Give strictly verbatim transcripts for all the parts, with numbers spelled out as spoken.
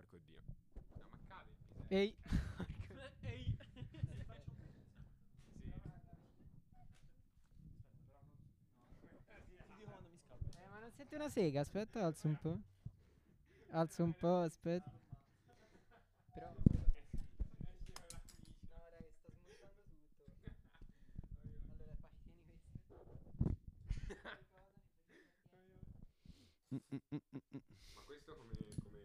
Porco dio. No, ma cade il pisello. Ehi. Ehi. Eh, ma non senti una sega? Aspetta, alzo un po'. Alzo un po', aspetta. Però. No, raga, sto smontando tutto. Allora, fai, tieni questo. Ma questo come, come...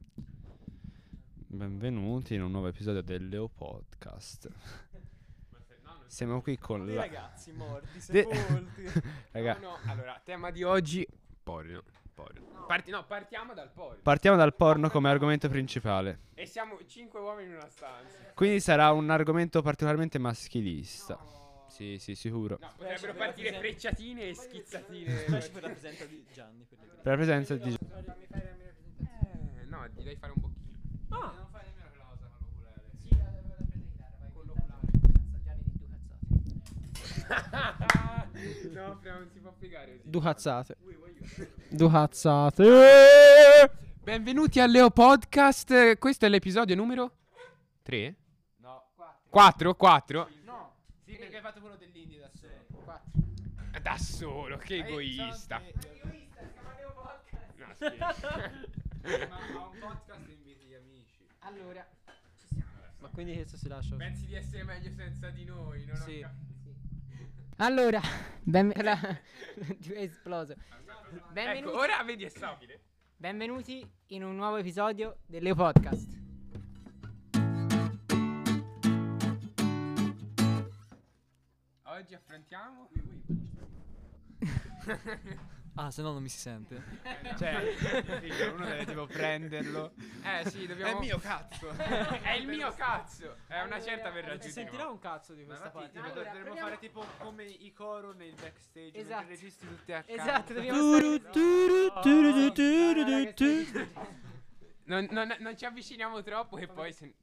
Benvenuti in un nuovo episodio del Leo Podcast. Ma se- no, non Siamo qui con Dei la... ragazzi morti, De- sepolti. Raga, No, no, allora, tema di oggi... Porno. Porno. Parti- no, partiamo dal porno. partiamo dal porno come argomento principale. E siamo cinque uomini in una stanza. Quindi sarà un argomento particolarmente maschilista. Sì, sì, sicuro. No, potrebbero per partire rappresent- frecciatine e schizzatine. Specie per rappresenta di Gianni per le Per la presenza di... Fammi fare la mia rappresentazione. Eh, no, gli devi fare un pochino. Ah. Non fai nemmeno quella cosa con l'oculare. Sì, la devo prendere la chitarra, vai. Con Intanto l'oculare. cazzo, Gianni di due cazzate. No, però non si può spiegare così. Due cazzate. Due cazzate. Benvenuti al Leo Podcast. Questo è l'episodio numero tre? No. quattro? quattro? No. Sì, perché hai fatto quello dell'indie da solo. Quattro. Da solo, che egoista. Egoista, siamo a Leo Podcast. No, scherzo. Ma a un podcast inviti gli amici. Allora, ci siamo. Ma quindi questo si lascia? Pensi di essere meglio senza di noi? Non ho Sì. capito. Allora, ben la... è esploso. Benvenuti, Ecco, ora vedi è stabile. benvenuti in un nuovo episodio del Leo Podcast. Oggi affrontiamo. Ah, se no non mi si sente. Cioè, figa, uno deve tipo prenderlo. Eh sì, dobbiamo. È mio cazzo. È il mio cazzo. È una certa per Non si raggiungere. sentirà un cazzo di questa parte. Allora, dovremmo proviamo- fare tipo come i coro nel backstage. Esatto. Mentre registri tutti a caso. Esatto, dobbiamo Turu, stare... turu, turu, No, turu, no, raga, turu. stai- Non, non- non ci avviciniamo troppo e poi se.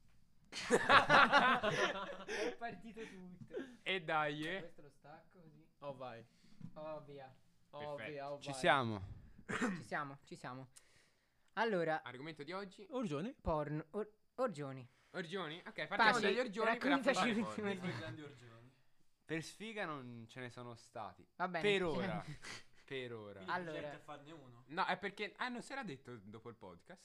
È partito tutto. E dai, eh. Questo lo stacco così. Oh vai. Oh via. Oh Perfetto. via, oh Ci vai. siamo. Ci siamo, ci siamo. Allora, Argomento di oggi. Orgioni? porno, or- orgioni. Orgioni? Ok, partiamo Paci, dagli orgioni per raccontaci affrontare il l'ultimo porno. orgione. Per sfiga non ce ne sono stati. Va bene. Per ora. Per ora. Allora, farne uno. No, è perché. Ah, non si era detto dopo il podcast.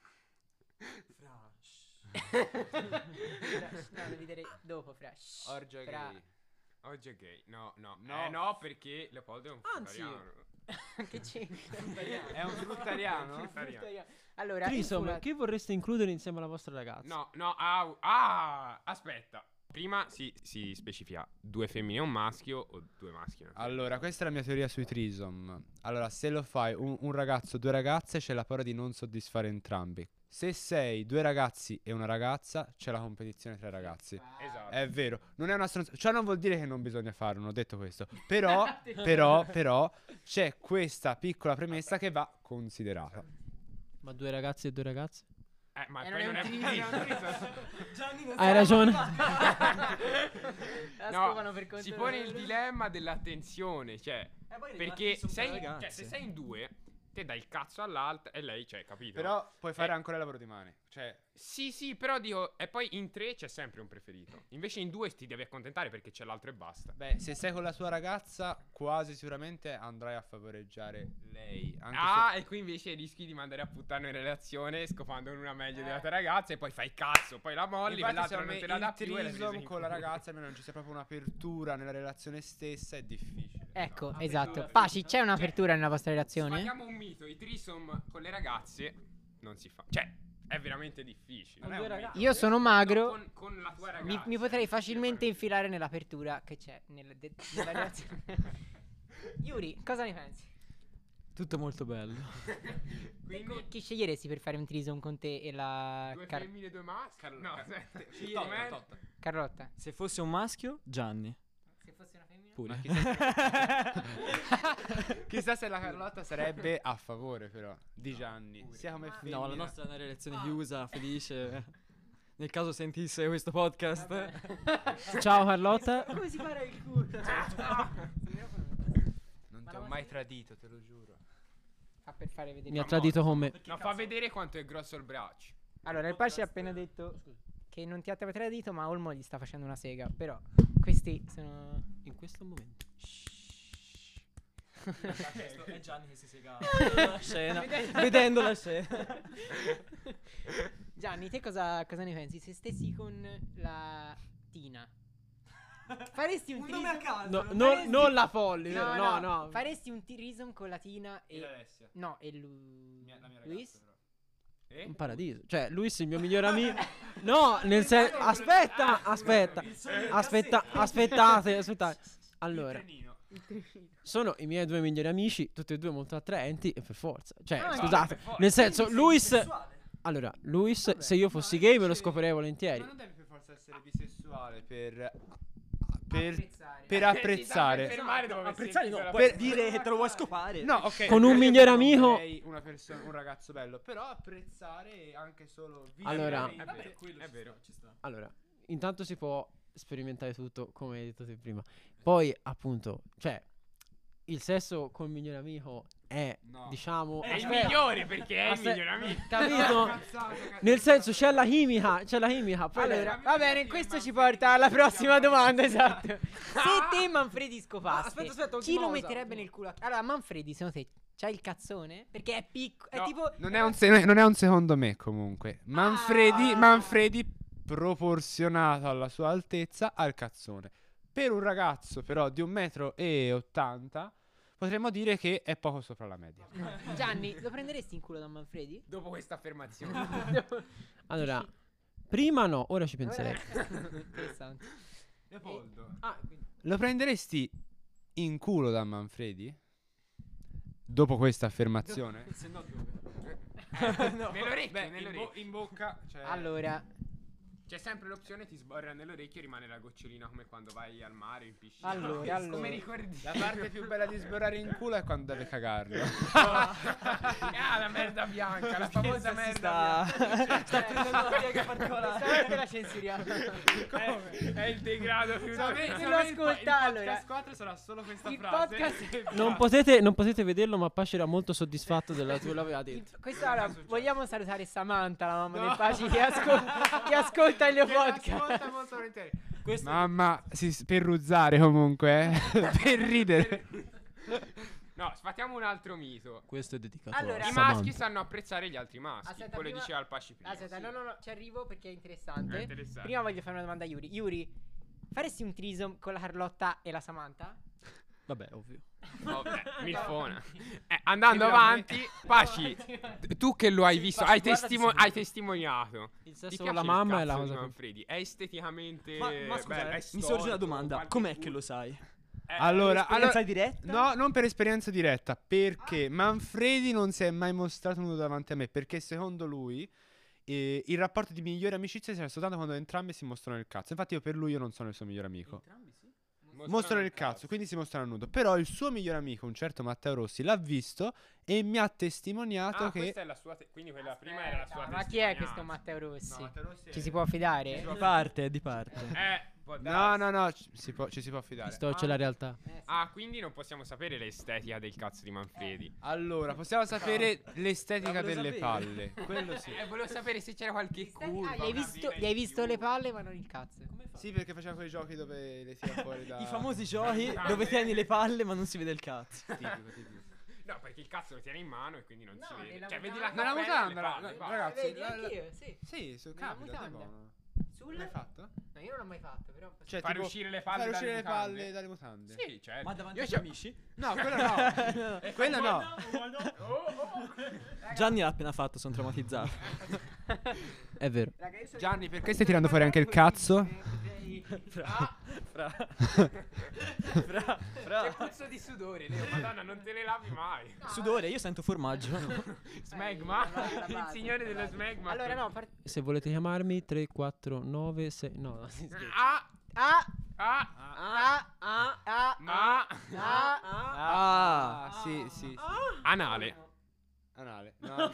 no, devi dire dopo, fresh. Orgia Fra- gay. Oggi è gay. No, no. No. Eh, no, perché Leopoldo è un Anzi. fruttariano. Che c'entra? È un fruttariano? Fruttariano. Allora, Trisom, insomma, che vorreste includere insieme alla vostra ragazza? No, no, ah, ah, aspetta. Prima si, si specifica due femmine e un maschio o due maschi e una femmina. Allora, questa è la mia teoria sui trisom. Allora, se lo fai un, un ragazzo, due ragazze, c'è la paura di non soddisfare entrambi. Se sei due ragazzi e una ragazza, c'è la competizione tra i ragazzi. Esatto. È vero, non è una stronzata. Ciò non vuol dire che non bisogna farlo, non ho detto questo. Però, però, però, c'è questa piccola premessa che va considerata. Ma due ragazzi e due ragazze? Eh, ma Eh, poi non non è è un non è un trisom. trisom. Hai ragione. la No, scopano per conto si pone il loro. dilemma dell'attenzione, cioè, perché sei, cioè, ragazze. se sei in due, te dai il cazzo all'altra e lei, cioè, capito? Però puoi fare Eh. ancora il lavoro di mani. Cioè, Sì, sì, però dico, e poi in tre c'è sempre un preferito. Invece in due ti devi accontentare perché c'è l'altro e basta. beh, se sei con la tua ragazza, quasi sicuramente andrai a favoreggiare lei. Anche Ah, e qui invece rischi di mandare a puttane in relazione scopando una meglio della tua ragazza e poi fai cazzo, poi la se... molli, Infatti, quell'altra non secondo te me la dà il più e la threesome presa in con la culo. ragazza, almeno non ci sia proprio un'apertura nella relazione stessa, è difficile. Ecco, No, esatto. apertura Paci, fisica. c'è un'apertura nella vostra relazione? Sfatiamo un mito, i threesome con le ragazze non si fa. Cioè, è veramente difficile. Con Non è due un ragazze? mito. Io sono magro. No, con, con la tua ragazza. Mi, mi potrei facilmente infilare nell'apertura che c'è nel, de- nella relazione. Yuri, cosa ne pensi? Tutto molto bello. Quindi Chi sceglieresti per fare un threesome con te e la due Car- femmine e due maschi. No, aspetta. Sì, com'è? Totta, Carlotta? Se fosse un maschio, Gianni. Se fosse una femmina? Pure. Chissà se la Carlotta sarebbe a favore, però, di Gianni. Sia come Ma- femmina. No, la nostra è una relazione chiusa, felice. Nel caso sentisse questo podcast. Ciao Carlotta. Come si para il culo? Non ti ho mai tradito, te lo giuro. Fa per fare vedere. Mi ha tradito con me. No, fa vedere quanto è grosso il braccio. Allora, il Pasci ha appena detto che non ti ha tradito, ma Olmo gli sta facendo una sega. Però questi sono... In questo momento. È Gianni che si sega la scena. Vedendo la scena. Gianni, te cosa, cosa ne pensi? Se stessi con la Tina, faresti un, Un threesome? nome a caso. No, Faresti- non, non la folli, No, vero? no, no, no. Faresti un threesome con la Tina e... Alessia. No, e lui... La mia Luis? Eh? Un paradiso. Cioè, Luis il mio migliore amico. No, nel senso. Aspetta, aspetta. Aspetta, aspettate, aspettate. Allora, sono i miei due migliori amici, tutti e due molto attraenti e per forza. Cioè, Ah, scusate, per forza. nel senso, Sei Luis. bisessuale? Allora, Luis, Vabbè. se io fossi gay me lo scoprirei volentieri. Ma non devi per forza essere bisessuale per per, Apprezzare. per apprezzare. fermare dopo aver Apprezzare no, sentito la puoi per- dire che te lo vuoi scopare. No, ok. Con un io migliore non amico- direi una persona, un ragazzo bello, però apprezzare anche solo Allora- visualmente. È vero, quello è ci vero. sta, ci sta. Allora, intanto si può sperimentare tutto, come hai detto te prima. Poi, appunto, cioè, il sesso col migliore amico è, No. diciamo. È il aspetta, migliore perché è il aspetta, migliore amico. Capito? Nel senso, c'è la chimica, c'è la chimica. Poi Allora, le- va bene, questo ci porta alla prossima domanda, esatto. Se te Manfredi scopaste, Aspetta, aspetta, chi ultima lo cosa. metterebbe nel culo? a- Allora, Manfredi, secondo te c'hai il cazzone? Perché è piccolo, è No, tipo... Non è, un se- non è un secondo me comunque. Manfredi, Ah. Manfredi proporzionato alla sua altezza al cazzone. Per un ragazzo però di un metro e ottanta potremmo dire che è poco sopra la media. Gianni, lo prenderesti in culo da Manfredi? Dopo questa affermazione. Allora, prima no, ora ci penserei. Interessante. Leopoldo, Ah, quindi... lo prenderesti in culo da Manfredi? Dopo questa affermazione? Se no dove? Nell'orecchio, Beh, in, nell'orecchio. bo- in bocca, cioè... Allora, C'è sempre l'opzione ti sborra nell'orecchio e rimane la gocciolina come quando vai al mare in piscina. Allora, allora. Come ricordi? La parte più bella di sborrare in culo è quando deve cagarlo. Ah, la merda bianca, la famosa Si merda sta bianca. sta prendendo una piega particolare. Stavolta la censuriamo. Come? È il degrado più Sapete- Se se lo avete il po- ascolta, il allora. podcast quattro sarà solo questa Il frase. podcast- Non potete, non potete vederlo, ma Pasci era molto soddisfatto della tua l'aveva Il- detto. Questa allora, vogliamo salutare Samantha, la mamma No. del Paci, che, ascol- che ascolta il mio Che podcast. ascolta molto volentieri. Questo Mamma, si, per ruzzare comunque, eh. per ridere. No, sfattiamo un altro mito. Questo è dedicato Allora- a I Samantha. maschi sanno apprezzare gli altri maschi. Aspetta, Quello prima- diceva il Pasci prima. Aspetta, Sì. no, no, no, ci arrivo perché è interessante. È interessante. Prima voglio fare una domanda a Yuri. Yuri, faresti un threesome con la Carlotta e la Samantha? Vabbè, ovvio. Vabbè, milfona. Eh, andando Quindi avanti, Paci, t- tu che lo hai visto, hai, guardati testimo- subito. hai testimoniato. Il Ti sesso piace con la il mamma è cazzo la di cosa più... Manfredi? È esteticamente Ma, ma scusa, bello, è eh, mi storico, sorge una domanda. qualche Com'è cu- che lo sai? Eh, Allora, Esperienza allora diretta? no, non per esperienza diretta, perché Manfredi non si è mai mostrato nudo davanti a me, perché secondo lui eh, il rapporto di migliore amicizia c'è soltanto quando entrambi si mostrano il cazzo. Infatti io per lui io non sono il suo migliore amico. Entrambi sì. Mostrano il cazzo, quindi si mostrano nudo. Però il suo migliore amico, un certo Matteo Rossi, l'ha visto e mi ha testimoniato Ah, che... questa è la sua te- quindi quella prima era la sua Ma chi è testimonianza. questo Matteo Rossi? No, Matteo Rossi Ci è- si può fidare? Di parte, di parte. Eh, può No, darsi. no, no, ci si può, ci si può affidare. Visto c'è la realtà. Eh, sì. Ah, quindi non possiamo sapere l'estetica del cazzo di Manfredi. Allora, possiamo sapere l'estetica La volevo delle sapere. palle. Quello sì. Eh, volevo sapere se c'era qualche curva. Ah, gli hai una visto, vena gli hai in visto più. le palle ma non il cazzo. Sì, perché faceva quei giochi dove le tira fuori da... I famosi giochi Ah, dove beh. tieni le palle ma non si vede il cazzo. Tipico, tipico. No, perché il cazzo lo tiene in mano e quindi non No, si vede. nella Cioè, vedi mutanda- la Nella cappella e mutanda, le palle, la- basta. ragazzi, Vedi, la- la- anch'io, sì. Sì, su Nella capita, mutanda. buono. Sul? L'hai fatto? No, io non l'ho mai fatto, però. Cioè, Fare tipo, uscire le palle fare dalle uscire le mutande? palle dalle mutande? Sì, certo. Ma davanti Io agli c'ho- amici? No, quello no. Quello no. Gianni l'ha appena fatto, sono traumatizzato. È vero. Raga, io sono- Gianni, perché stai tirando fuori anche il cazzo? Fra, fra, fra, Che fra. puzzo di sudore, Leo. Madonna, non te le lavi mai. Sudore, io sento formaggio. Smegma. la base, Il la signore dello base. smegma. Allora, no, part- Se volete chiamarmi tre quattro nove sei no, no, si scherza. Ah, Ah, ah, ah, ah, ah, ma. ah, Ah. Ah, sì, sì, sì. Anale. Anale. No.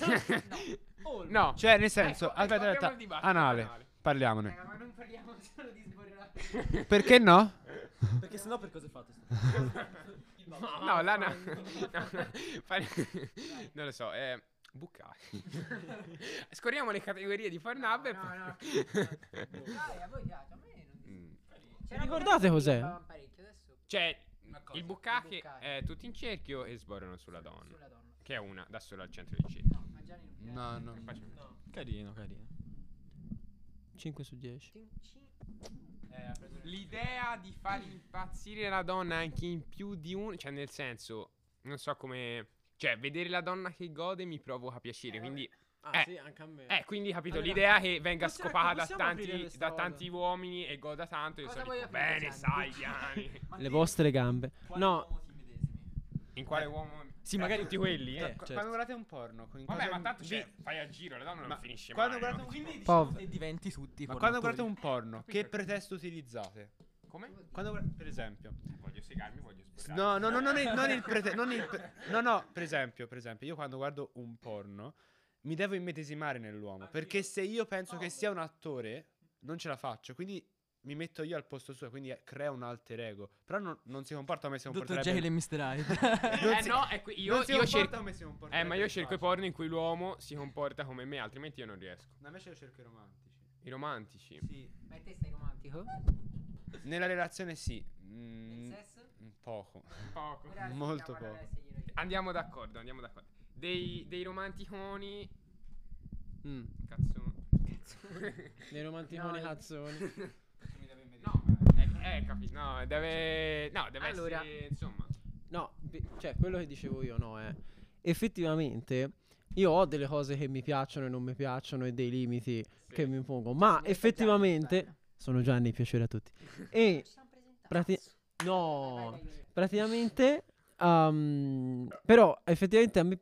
No. Cioè, nel senso, Ecco, aspetta, abbiamo aspetta. il dibattito Anale. anale. Parliamone. Raga, ma non parliamo solo di sborrare. Perché no? Perché sennò per cosa è fatto? No, l'ana. Fare- non lo so. Eh, Bucai. Scorriamo le categorie di Pornhub. e No, poi- no, no. Dai, a voi piace, a me non Mm. C'era Ricordate quello cos'è? che pagavano parecchio, adesso Cioè, cosa? il bucache Il bucache. è tutti in cerchio e sborano sulla donna. sulla donna. Che è una, da solo al centro del cerchio. No, a Gianni non piace. No, no. E poi c'è- Carino, carino. cinque su dieci. Cin- cin- L'idea di far impazzire la donna anche in più di uno, cioè nel senso, non so come, cioè vedere la donna che gode mi provoca piacere, quindi Ah, Eh. sì, anche a me. eh, quindi capito, Allora, l'idea che venga possiamo- scopata da possiamo aprire tanti, questa da cosa? tanti uomini e goda tanto, io Cosa sono vuoi tipo, aprire, bene, Gianni? sai, Gianni. Le vostre gambe. No, In quale uomo? Sì, Eh, magari- tutti quelli, Eh, eh. Qu- certo. Quando guardate un porno con Vabbè, cose- ma tanto vi- cioè, fai a giro, la donna Ma non finisce quando mai. guardate no? un- Quindi Pov. diciamo, e diventi tutti Ma quando pornatori. guardate un porno, che pretesto utilizzate? Come? Quando guarda- per esempio. Voglio segarmi, voglio sborrare. No, no, no, non il, non il prete- non il pre- no, no, per esempio, per esempio, io quando guardo un porno mi devo immedesimare nell'uomo, perché se io penso che sia un attore, non ce la faccio, quindi mi metto io al posto suo, quindi eh, crea un alter ego. Però non, non si comporta come si dottor comporterebbe. Jekyll e mister Hyde. Non Eh si- no, è qui- io, non si io comporta cerco... come si Eh, comporterebbe ma io il cerco i facile. porno in cui l'uomo si comporta come me, altrimenti io non riesco. No, invece io cerco i romantici. I romantici. Sì. Ma te stai romantico? Nella relazione sì. Nel Mm, sesso? poco. Poco. Ora Molto sentiamo poco. Alessia, glielo chiedo. Andiamo d'accordo, andiamo d'accordo. Dei, dei romanticoni... mm, Cazzo. dei romanticoni No, cazzoni. No, eh, eh capi- no, deve... No, deve Allora. essere, insomma... No, be- cioè quello che dicevo io no è effettivamente io ho delle cose che mi piacciono e non mi piacciono e dei limiti Sì. che mi pongo, ma effettivamente sono Gianni, piacere a tutti. E Ci siamo presentati. prati- Vai, no, vai, vai, vai. praticamente um, però effettivamente a me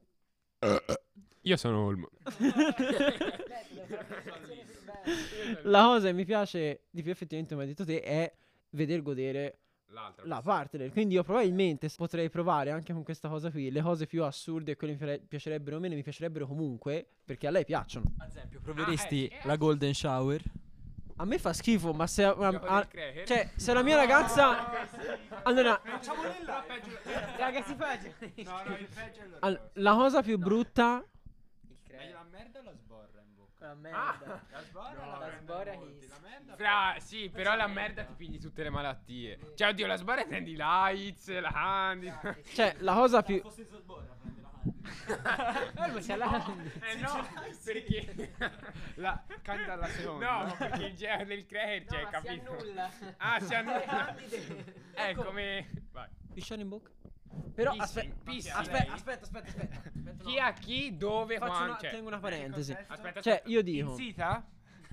Io sono Olmo. Aspetta, devo fare la presentazione più bella. la cosa che mi piace di più effettivamente come hai detto te è veder godere L'altra. la partner. Quindi io probabilmente s- potrei provare anche con questa cosa qui le cose più assurde e quelle che mi pare- piacerebbero meno mi piacerebbero comunque perché a lei piacciono. Ad esempio, proveresti Ah, eh, sì, eh. la golden shower? A me fa schifo, ma se a- Gioco a- del Cracker? cioè se la mia ragazza allora Facciamo nella. Raga, si fa già. No, no, il peggio è lo al- la cosa più brutta Il Meglio credo. la merda o la sborra in bocca? La merda. La sborra No, o la sborra chi- molti? La merda Fra, sì, però la merda ti pigli tutte le malattie. Cioè, oddio, la sbarra prendi l'AIDS, la candida. cioè la cosa più Olmo c'ha la. Eh no, perché... La candida alla seconda. No, perché il gelo del cracker, No, cioè, ma si capito? annulla. Ah, si annulla. Le candide. È come... Vai. pisciare in bocca. Però Pissing, aspetta, pissing. aspetta, aspetta, aspetta, aspetta, aspetta, Chi no. a chi, dove, Faccio quando... una, Cioè, tengo una parentesi. aspetta, Cioè, aspetta. io dico, Zita?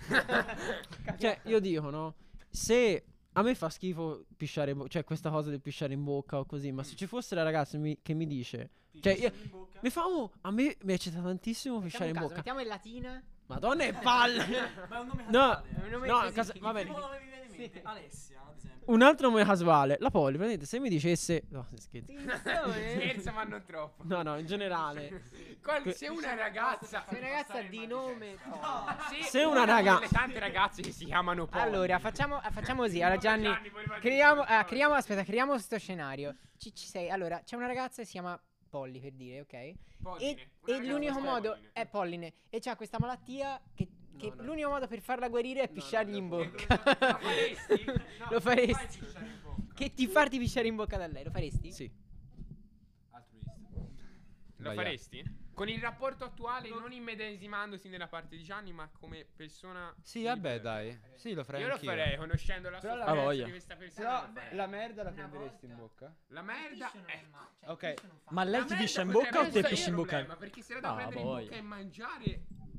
cioè, io dico, no? Se a me fa schifo pisciare in bocca, cioè questa cosa del pisciare in bocca o così, ma se ci fosse la ragazza mi- che mi dice, cioè, io, mi fa, oh, a me mi eccita tantissimo pisciare in Mettiamo un caso, bocca. mettiamo in latina. Madonna e palle! Ma è un nome No, È un nome no, così. casa- va bene. nome mi viene in mente? Alessia, ad esempio. Un altro nome casuale, la Poli, praticamente se mi dicesse, no, scherzo. Scherzo, ma non troppo. No, no, in generale. Qual- se una ragazza... Se una ragazza di nome. Se, Se una raga- delle tante ragazze che si chiamano Polly. Allora, facciamo, facciamo così. Allora, Gianni, Gianni, voleva dire creiamo, questa ah, cosa. creiamo, aspetta, creiamo questo scenario. Ci, ci sei. Allora, c'è una ragazza che si chiama Polly, per dire, ok? E, Polline. Una e ragazza l'unico si chiama modo Polline. è polline. E c'ha questa malattia che, che no. l'unico modo per farla guarire è no, pisciargli in no. bocca. Lo faresti? No, Lo faresti? fai pisciare in bocca. Che ti farti pisciare in bocca da lei, lo faresti? Sì. Altruista. Lo Sbagliato. faresti? Con il rapporto attuale, non immedesimandosi nella parte di Gianni, ma come persona. Sì, vabbè, libera. dai. Sì, lo farei Io lo anch'io. farei, conoscendo la Però la- sofferenza voglia. di questa persona. Però lo farei. la merda la Una prenderesti in volta. bocca? La merda è. Ok. Ma lei La ti merda piscia in potrebbe bocca o te essere pisci in il bocca? problema, perché se la da Ah, prendere in voglia. bocca e mangiare.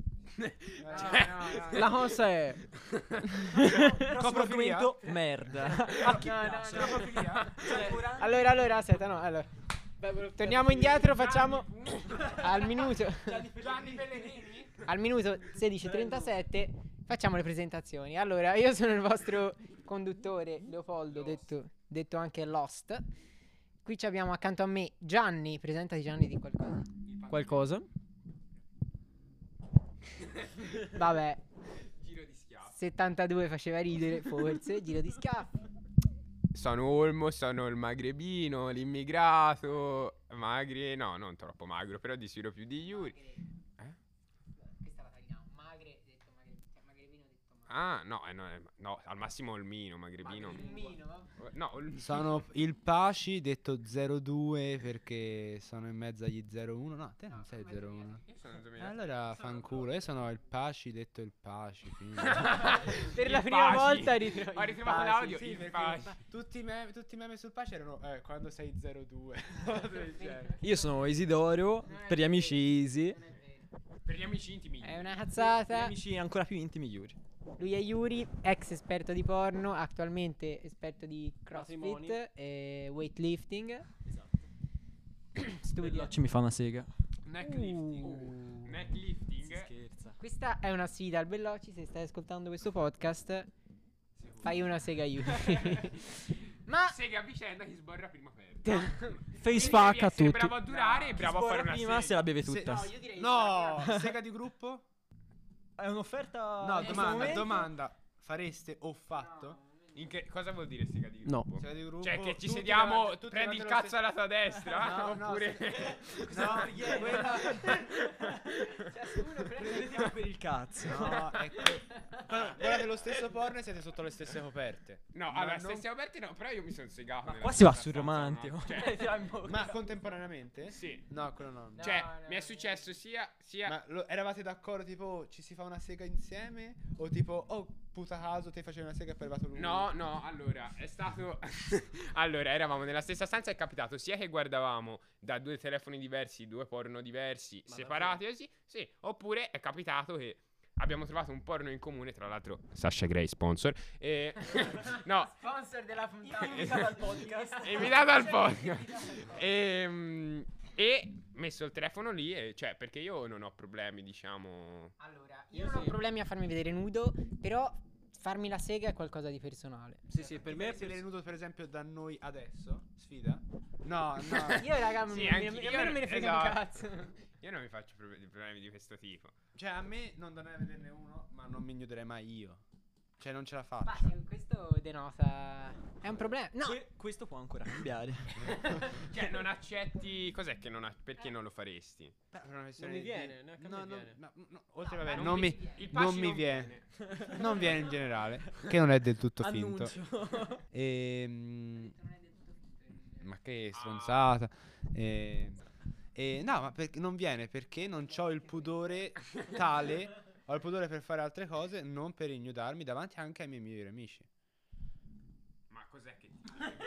no, no. La cosa è Prossimo argomento, merda. No, no, no. Allora, allora, aspetta, no, allora. Torniamo indietro, facciamo al minuto. Gianni Pellegrini? Al minuto sedici e trentasette facciamo le presentazioni. Allora, io sono il vostro conduttore Leopoldo, detto, detto anche Lost. Qui ci abbiamo accanto a me Gianni. Presentati, Gianni, di qualcosa. qualcosa. Vabbè, Giro di schiaffo. settantadue faceva ridere, forse. Giro di schiaffi. Sono Olmo, sono il magrebino, l'immigrato. Magri, no, non troppo magro, però di sicuro più di Yuri. Ah, no, eh, no, eh, no, al massimo il mino, magrebino. No, il- Sono il Paci detto zero due perché sono in mezzo agli zero uno. No, te non sei zero uno. Io sono Eh, duemila. allora fanculo, io sono il Paci detto il Paci. quindi- Per la Il prima Paci. volta ritrovo Ho il ritrovato Paci, l'audio, sì, il perché Paci. Tutti i meme, tutti i meme sul Paci erano eh, quando sei zero due. Io sono Isidoro, per gli amici Easy. Per gli amici intimi. È una Per gli cazzata. amici ancora più intimi Yuri. Lui è Yuri, ex esperto di porno, attualmente esperto di Matrimoni. CrossFit e weightlifting. Esatto. Studia. Ci mi fa una sega. Necklifting. Uh. Necklifting. Scherza. Questa è una sfida al Bellocci, se stai ascoltando questo podcast, fai una sega Yuri. Ma Sega a vicenda chi sborra prima aperta. Face fuck a tutti. Bravo a durare e bravo a fare una Prima se sega. la beve Se- tutta. no, io direi No, sega di gruppo? È un'offerta. No, in questo domanda, momento? domanda. Fareste o fatto? In che, cosa vuol dire sega di No. gruppo? Sega di gruppo? Cioè che ci tutti sediamo, davanti- tutti prendi il davanti allo cazzo alla tua destra? No, no, Oppure... No, quella... Ciascuno Prendiamo per il cazzo. No, è que- Guarda- guardate lo stesso porno e siete sotto le stesse coperte. No, Ma allora, non- stesse aperte no, però io mi sono segato. nella Qua si va stessa sul stanza, romantico. no? Cioè, Ma contemporaneamente? sì. No, quello no. No. Cioè, no, mi è no. successo sia... sia... Ma lo- eravate d'accordo tipo ci si fa una sega insieme? O tipo oh puta caso te facevi una sega e poi è arrivato lui? No, no, allora, è stato... allora, eravamo nella stessa stanza e è capitato sia che guardavamo da due telefoni diversi, due porno diversi, separati così, sì, oppure è capitato che abbiamo trovato un porno in comune, tra l'altro Sasha Grey, sponsor, e... no, Sponsor della puntata. Invitato al podcast. invitato al podcast. E, e messo il telefono lì, e, cioè, perché io non ho problemi, diciamo... Allora, io non ho problemi a farmi vedere nudo, però farmi la sega è qualcosa di personale. Sì, sì, per me è se venuto per esempio da noi adesso? Sfida? No, no. Io raga, Sì, mi- anche mi- io- a me non me ne frega un esatto. cazzo. Io non mi faccio prob- problemi di questo tipo. Cioè a me non dovrei vederne uno, ma non mi ignorerei mai io. Cioè non ce la faccio. Ma sì, questo denota. È un problema. No, Que- questo può ancora cambiare. Cioè, non accetti... Cos'è che non ha... Perché non lo faresti? Beh, per una questione mi di- viene, neanche a me no, no, viene. no, no, oltre No, vabbè, ma non non mi, mi viene. Il non Paci mi non viene. Non viene in generale, che non è del tutto finto. Annuncio. Ehm, ma che stronzata. Ehm, e no, ma perché non viene perché non ho il pudore tale. Ho il pudore per fare altre cose, non per ignodarmi davanti anche ai miei migliori amici. Ma cos'è che...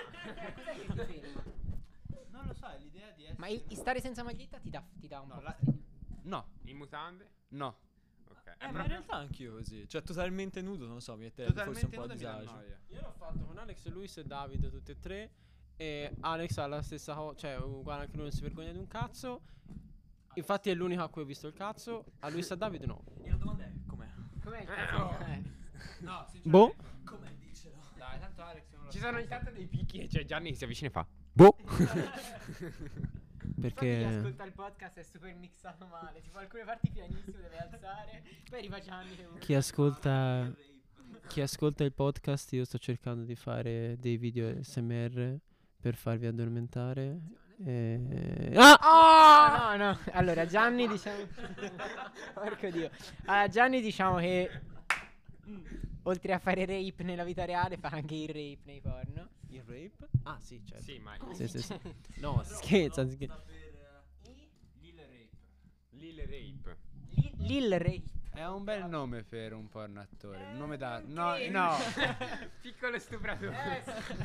Non lo so, è l'idea di essere. ma il, il stare senza maglietta ti dà, ti dà un No, po' la- fastidio. No, In mutande? no. Ok. Eh, È ma in proprio... realtà anch'io così. Cioè, totalmente nudo, non lo so, mi metterebbe forse un Totalmente po' a nudo mi dà disagio. noia. Io l'ho fatto con Alex, Luis e Davide, tutti e tre. E Alex ha la stessa cosa, cioè uguale anche lui, non si vergogna di un cazzo. Infatti è l'unico a cui ho visto il cazzo. A Luis e a Davide no. E la domanda è com'è? Com'è il Eh, cazzo? no. Eh. No, Boh. Com'è, dicelo. Dai, tanto Alex non lo Ci sa. sono ogni tanto dei picchi e c'è Gianni che si avvicina e fa... Boh! Infatti chi Perché ascolta il podcast è super mixato male. Tipo alcune parti pianissime deve alzare. Poi arriva Gianni che chi ascolta chi ascolta il podcast, io sto cercando di fare dei video S M R per farvi addormentare. E... Ah! Oh, no, no. Allora, Gianni diciamo. Porco Dio. Allora, Gianni diciamo che oltre a fare rape nella vita reale, fa anche il rape nei porno. Il rape? Ah, sì, certo. Sì, ma... Sì, sì, sì. No, scherza, scherza. Lil Rape. Lil Rape. Lil, Lil rape. È un bel nome per un porno attore. Un nome da. No, no. Piccolo stupratore.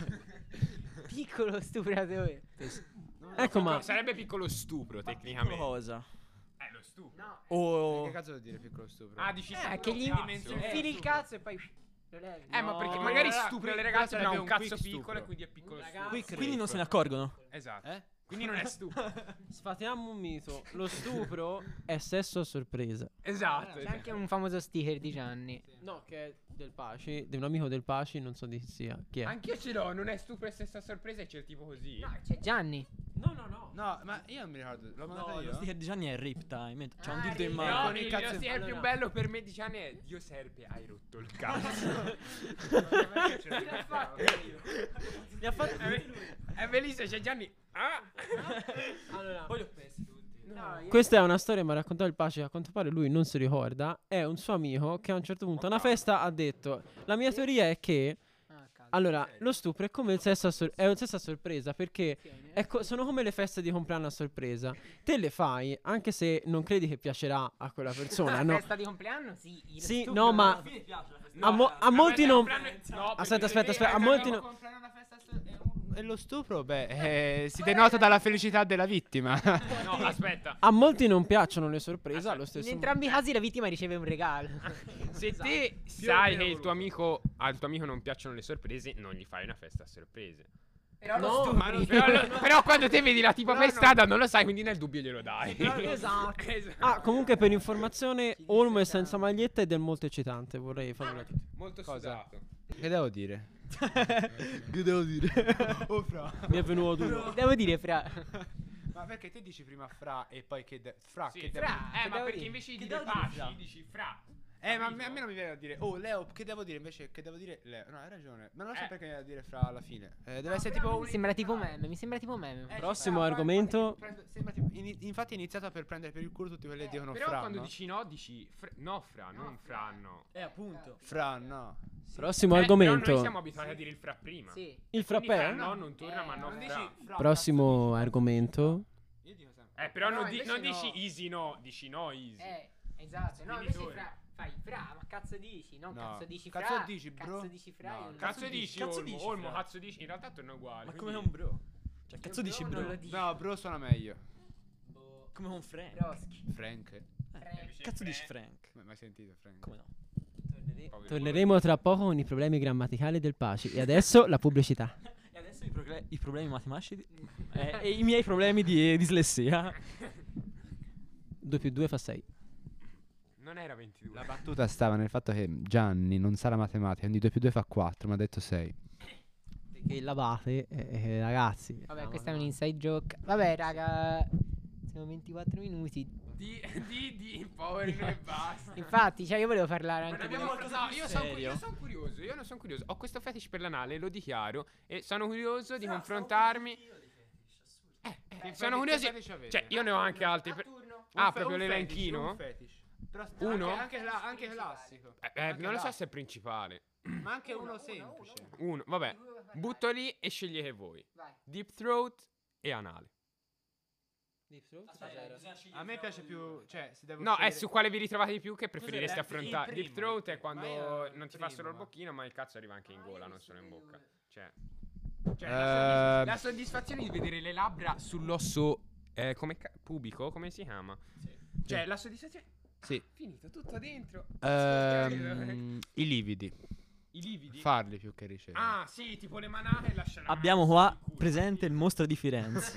Piccolo stupratore. Ecco, ma Sarebbe piccolo stupro, Piccolo tecnicamente. cosa? Eh, lo stupro. No. O Che cazzo vuol dire piccolo stupro? Ah, dici Eh, stupro, che gli cazzo. infili il cazzo e poi lo levi. Eh, ma perché No. magari Allora, stupro qui- le ragazze questo non ha sarebbe un un cazzo quick piccolo stupro. e quindi è piccolo Ragazzi. stupro. Quick quindi non se ne rape. accorgono. Esatto. Eh? Quindi non è stupro. sfatiamo un mito. Lo stupro è sesso a sorpresa. Esatto. C'è anche un famoso sticker di Gianni. No, che è del Paci, di un amico del Paci, non so di chi sia. Chi è? Anch'io ce l'ho, non è stupro e stessa sorpresa e c'è il tipo così. No, c'è Gianni. No, no, no. No, ma io non mi ricordo. L'ho mandato No, io. lo sticker di Gianni è Rip Time. C'è un Ah, dildo in Rip. mano. No, con il il cazzo- cazzo il Allora- più bello per me di anni è Dio serpe, hai rotto il cazzo. Mi ha fatto È bellissimo, c'è Gianni. Ah! Allora, Poi li ho persi tutti. Questa è una storia, mi ha raccontato il Pace, a quanto pare lui non si ricorda. È un suo amico che a un certo punto a una festa ha detto: la mia teoria è che Ah, cazzo. allora, lo stupro è come il sesso a sor- è un sesso a sorpresa, perché è co- sono come le feste di compleanno a sorpresa. Te le fai anche se non credi che piacerà a quella persona, La no? festa di compleanno? Sì. io Sì, stupro. no, ma a, mo- a molti non Aspetta, aspetta, aspetta, a molti non E lo stupro, beh, eh, si denota dalla felicità della vittima. No, aspetta. a molti non piacciono le sorprese allo In stesso entrambi i casi la vittima riceve un regalo. Se te sai che il tuo amico al tuo amico non piacciono le sorprese, non gli fai una festa a sorprese. Però lo No, stupri. Ma non- però, lo- però quando te vedi la tipa per strada non lo sai, quindi nel dubbio glielo dai. Esatto. Esatto. Ah, comunque per informazione, Olmo è senza maglietta ed è molto eccitante, vorrei farlo a tutti. Molto Cosa? sudato. Che devo dire? Che devo dire? Oh, fra. Mi è venuto duro. Devo dire, fra. Ma perché te dici prima fra e poi che de- fra Sì, che devo fra. dire? Eh, ma devo perché dire? invece di Che dire devo dire, Paci, fra? dici fra. Eh, ma a me, Capito? a me non mi viene da dire, oh Leo, che devo dire invece? Che devo dire Leo? No, hai ragione. Ma non so Eh. perché mi viene da dire fra alla fine. Eh, deve essere tipo un. Mi sembra tipo meme, mi sembra tipo meme. Eh, Prossimo fra, fra, argomento. infatti, prendo- sembra tipo- ini- infatti è iniziato per prendere per il culo tutti quelli che dicono Però fra. quando no? dici no, dici fr- no fra, non fra, no. Eh, appunto. Fra, no. Prossimo Eh, però argomento. noi siamo abituati a dire il fra prima. Sì. Il Quindi frappè. fra no, non torna, ma no Non dici fra. fra, Prossimo cazzo, argomento. dici- Io dico sempre. Eh, però No, non, di- invece non no. dici easy no, dici no easy. Eh, esatto. No, Quindi invece tu- fra. Fai fra, ma cazzo dici? Non No. cazzo dici fra. Cazzo dici, bro? Cazzo dici fra. No, io non- Cazzo dici, cazzo Olmo, dici, Olmo, fra? cazzo dici, in realtà torna uguale. Ma quindi- come un bro? Cioè, cazzo Io dici bro non bro? lo dico. No, bro suona meglio. Come un Frank. Roschi. Frank. Eh, Frank. Cazzo dici Frank? Ma mai sentito Frank? Come no? Povero Torneremo tra poco con i problemi grammaticali del Paci. E adesso la pubblicità. E adesso i, progle- i problemi matematici eh, e i miei problemi di dislessia. due più due fa sei. Non era ventidue. La battuta stava nel fatto che Gianni non sa la matematica, quindi due più due fa quattro, ma ha detto sei. Perché lavate, eh, eh, ragazzi. Vabbè, questa è un inside joke. Vabbè, raga. Siamo ventiquattro minuti. Di, di, di, poverino e basta. Infatti, cioè, io volevo parlare Ma anche di. abbiamo- no, io sono serio? son curioso, io non sono curioso. Ho questo fetish per l'anale, lo dichiaro. E sono curioso di confrontarmi. Eh, eh, sono curioso. Cioè, io ne ho anche altri. per- Ah, proprio l'elenchino? Uno? Anche, anche, la- anche classico. Eh, eh, non lo so se è principale. Ma anche uno semplice. Uno, vabbè. Butto lì e scegliete voi. Vai. Deep throat e anale. A me piace più, cioè, se devo No, è scegliere- su quale vi ritrovate di più che preferireste il primo? affrontare. Il Deep primo, throat il è primo. quando Ma io non ti il fa solo il primo. bocchino, ma il cazzo arriva anche in gola, non solo in bocca. Cioè, cioè Ehm. la, soddisf- la soddisfazione di vedere le labbra sull'osso eh, come ca- pubico, come si chiama? Cioè, la soddisfazione. Sì. Finito tutto dentro. Ehm, I lividi. I lividi. Farli più che ricevere. Ah, sì, tipo le manate e lasciare. Abbiamo qua presente il mostro di Firenze.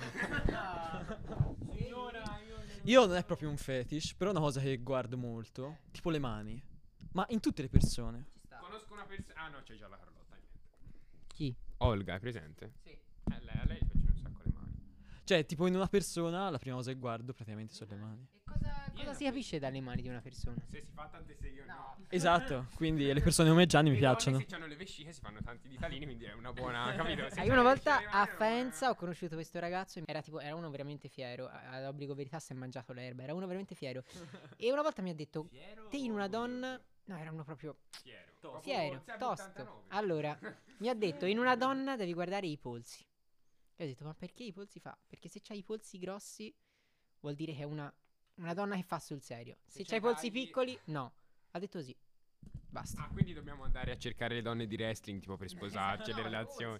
Io non è proprio un fetish, però è una cosa che guardo molto. Tipo le mani. Ma in tutte le persone. Conosco una persona. Ah, no, c'è già la Carlotta. Niente. Chi? Olga, è presente? Sì. Eh, lei, a lei gli piacciono un sacco le mani. Cioè, tipo in una persona, la prima cosa che guardo praticamente sono le mani. E cosa, cosa si capisce dalle mani di una persona? Se si fa tante seghe o no. Esatto, quindi le persone come Gianni mi Le donne, piacciono. se hanno le vesciche si fanno tanti ditalini, quindi è una buona, capito? Se Ah, c'hai io una le volta vesciche, a magari non- Faenza ho conosciuto questo ragazzo. Era tipo, era uno veramente fiero. a- Ad obbligo verità si è mangiato l'erba. Era uno veramente fiero. E una volta mi ha detto: te in una donna. No, era uno proprio Fiero. fiero, Proprio tosto. ottantanove. Allora, mi ha detto: in una donna devi guardare i polsi. E ho detto: ma perché i polsi fa? Perché se c'hai i polsi grossi, vuol dire che è una, una donna che fa sul serio. Se, Se c'hai i c'hai polsi tagli- piccoli, no. Ha detto sì. Basta. Ah, quindi dobbiamo andare a cercare le donne di wrestling, tipo per sposarci, le relazioni.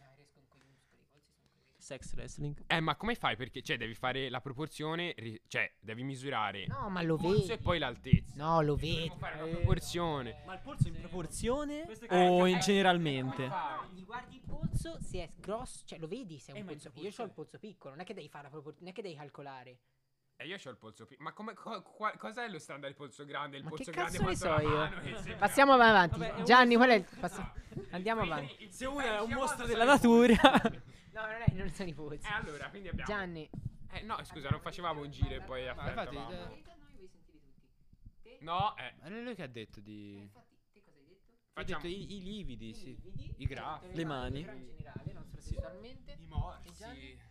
Sex wrestling. Eh, ma come fai? Perché, cioè, devi fare la proporzione, ri- cioè, devi misurare No, ma lo il polso vedi. e poi l'altezza. No, lo Dobbiamo vedi. fare una proporzione. Ma il polso in proporzione Questo è- o eh, in eh, generalmente? No, gli guardi il polso, se è grosso, cioè lo vedi se è un Eh, ma in polso. Io ho proporzione. il polso piccolo, non è che devi fare la propor- non è che devi calcolare. E io ho il polso piccolo. Ma come, co- qua- cos'è lo standard del polso grande? Il Ma polso che grande cazzo ne quanto so la io? mano, che sembra- Passiamo avanti. Vabbè, è un- Gianni, qual è il passi- Andiamo Quindi avanti. il- Se uno eh, è un diciamo mostro cosa della sono i natura. polsi. No, non, è, non sono i polsi. Eh, allora, quindi abbiamo. Gianni. Eh, no, scusa, non facevamo un giro e poi Ma infatti, affrontavamo. eh, No, eh. Ma è lui che ha detto di. Infatti, te cosa hai detto? Ha Facciamo. detto i, i lividi, sì. Lividi, I grafi. Le mani. però in generale, non solo sessualmente. I E morsi. Gianni?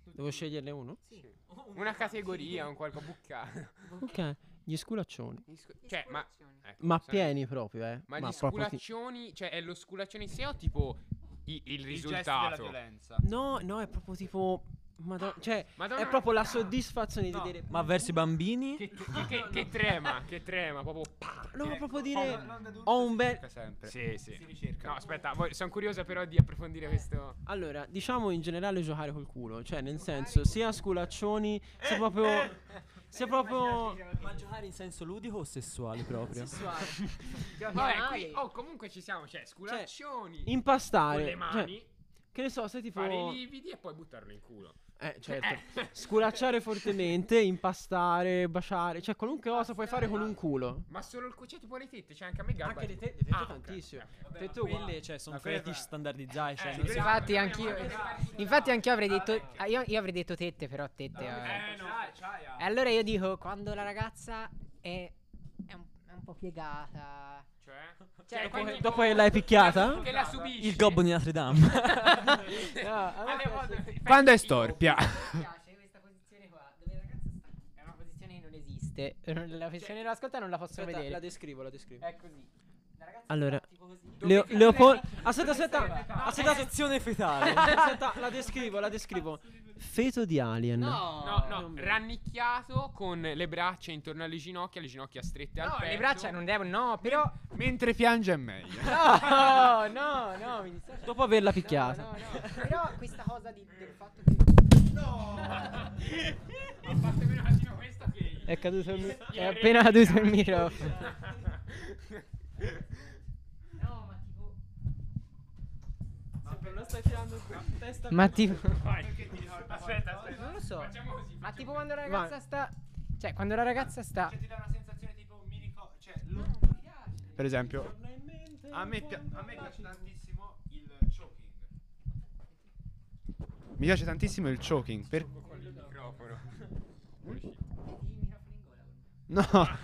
Devo sceglierne uno? Una categoria, un qualcosa buccato. Ok, gli sculaccioni. Cioè, ma ecco, Ma sono- pieni proprio, eh. Ma, gli proprio ti- sculaccioni, cioè è lo sculaccione in sé o tipo i- il Il gesto della risultato? violenza. No, no, è proprio tipo... Madonna, cioè, Madonna, è proprio la soddisfazione No, di vedere... Ma verso i bambini? che, che- che- che trema, che trema, proprio. No, proprio Oh, dire... l'onda d'urto Ho si un bel... cerca sempre. Sì, sì. Si ricerca. No, aspetta, sono curioso però di approfondire questo. Allora, diciamo in generale giocare col culo. Cioè, nel senso, sia sculaccioni, sia proprio... Sia proprio... Ma giocare in senso ludico o sessuale proprio? Vabbè, qui, oh, comunque ci siamo, cioè, sculaccioni con Impastare. le Cioè, mani, che ne so, se tipo... fare i lividi e poi buttarlo in culo. Eh, certo. Eh. Sculacciare fortemente, impastare, baciare. Cioè, qualunque cosa puoi fare con un culo. Ma solo il cu- cioè, tipo le tette, c'è anche a me garba. Anche le te- le tette Ah, ok, tantissimo. ok. Tetto Quelle, uguale. cioè, sono Ma quelle fetish fa- standardizzati. Cioè, Eh, non sì, si- Infatti anch'io Infatti anch'io avrei detto ah, io, io avrei detto tette, però tette. eh. Eh, no. E allora io dico quando la ragazza è è un, è un po' piegata. Cioè? Cioè, Cioè, quando- quindi- dopo che l'hai picchiata? Che la subisci. Il gobbo di Notre Dame. No, a me Alle piace- volte- Quando è io- storpia. mi piace questa posizione qua, dove la ragazza sta. È una posizione che non esiste. La posizione dell'ascolta non la posso Aspetta, vedere. la descrivo, la descrivo. È così. La ragazza Allora, sta tipo così. Leo- Leopoldo. Aspetta, aspetta. Aspetta, Sezione fetale. aspetta, la descrivo, la descrivo. Feto di alien. No, No, no, non vedo. rannicchiato con le braccia intorno alle ginocchia, le ginocchia strette al No, petto. le braccia non devono, no, però Mentre piange è meglio. no, no, no, mi dispiace. Dopo averla No, picchiata. no, no. Però questa cosa di, del fatto che Ha fatto meno casino questo che è caduto il mi- Gli è arredi appena caduto il di microfono. No, ma tipo Lo stai tirando in testa. Ma tipo Vai. Aspetta, aspetta. non lo so. Facciamo così. Ma facciamo tipo così. quando la ragazza sta cioè quando la ragazza sta ti dà una sensazione tipo mi ricordo. Cioè, per esempio, a me, pia- a me piace tantissimo il choking. Mi piace tantissimo il choking. Per... Con il microfono. No.